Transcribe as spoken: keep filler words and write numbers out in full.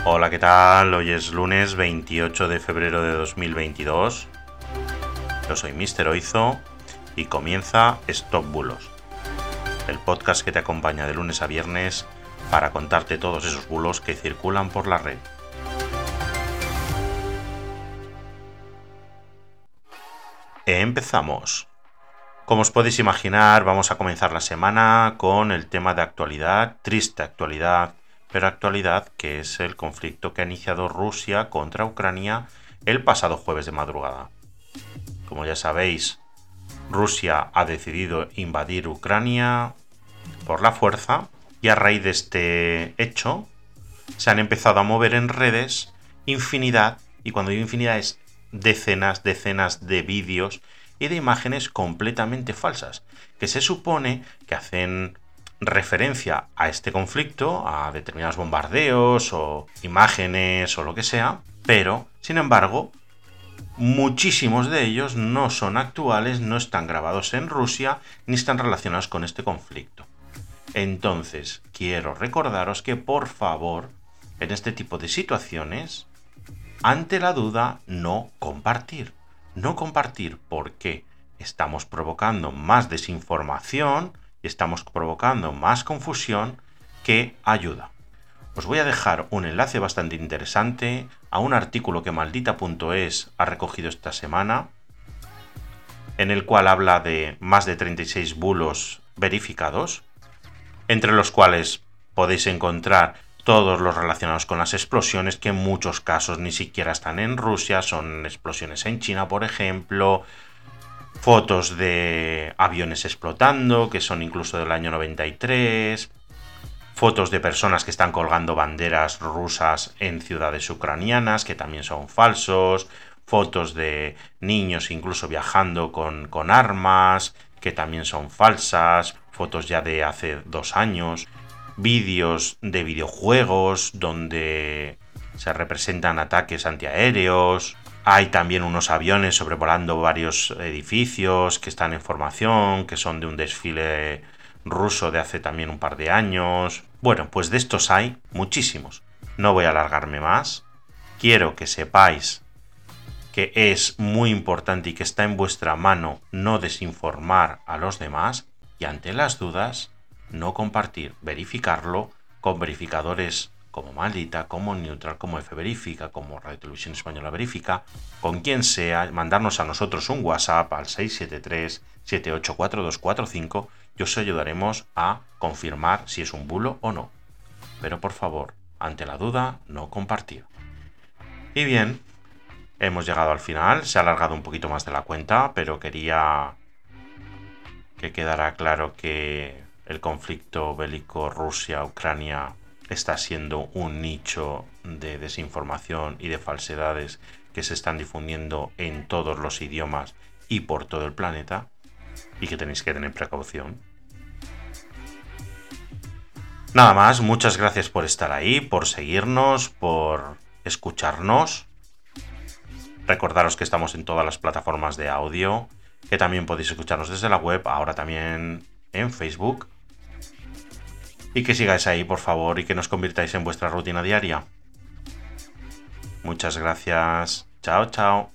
Hola, ¿qué tal? Hoy es lunes veintiocho de febrero de dos mil veintidós. Yo soy míster Oizo y comienza Stop Bulos, el podcast que te acompaña de lunes a viernes para contarte todos esos bulos que circulan por la red. Empezamos. Como os podéis imaginar, vamos a comenzar la semana con el tema de actualidad, triste actualidad, pero actualidad, que es el conflicto que ha iniciado Rusia contra Ucrania el pasado jueves de madrugada. Como ya sabéis, Rusia ha decidido invadir Ucrania por la fuerza y a raíz de este hecho se han empezado a mover en redes infinidad, y cuando digo infinidad es decenas, decenas de vídeos y de imágenes completamente falsas, que se supone que hacen referencia a este conflicto, a determinados bombardeos o imágenes o lo que sea, pero, sin embargo, muchísimos de ellos no son actuales, no están grabados en Rusia, ni están relacionados con este conflicto. Entonces, quiero recordaros que, por favor, en este tipo de situaciones, ante la duda, no compartir. No compartir porque estamos provocando más desinformación y estamos provocando más confusión que ayuda. Os voy a dejar un enlace bastante interesante a un artículo que maldita punto es ha recogido esta semana, en el cual habla de más de treinta y seis bulos verificados, entre los cuales podéis encontrar todos los relacionados con las explosiones, que en muchos casos ni siquiera están en Rusia, son explosiones en China, por ejemplo, fotos de aviones explotando, que son incluso del año noventa y tres, fotos de personas que están colgando banderas rusas en ciudades ucranianas, que también son falsos, fotos de niños incluso viajando con, con armas, que también son falsas, fotos ya de hace dos años, vídeos de videojuegos donde se representan ataques antiaéreos. Hay también unos aviones sobrevolando varios edificios que están en formación, que son de un desfile ruso de hace también un par de años. Bueno, pues de estos hay muchísimos. No voy a alargarme más. Quiero que sepáis que es muy importante y que está en vuestra mano no desinformar a los demás, y ante las dudas, no compartir, verificarlo con verificadores como Maldita, como Neutral, como F Verifica, como Radio Televisión Española Verifica, con quien sea, mandarnos a nosotros un WhatsApp al seis siete tres, siete ocho cuatro dos cuatro cinco y os ayudaremos a confirmar si es un bulo o no. Pero por favor, ante la duda, no compartir. Y bien, hemos llegado al final, se ha alargado un poquito más de la cuenta, pero quería que quedara claro que el conflicto bélico Rusia-Ucrania está siendo un nicho de desinformación y de falsedades que se están difundiendo en todos los idiomas y por todo el planeta, y que tenéis que tener precaución. Nada más, muchas gracias por estar ahí, por seguirnos, por escucharnos. Recordaros que estamos en todas las plataformas de audio, que también podéis escucharnos desde la web, ahora también en Facebook. Y que sigáis ahí, por favor, y que nos convirtáis en vuestra rutina diaria. Muchas gracias. Chao, chao.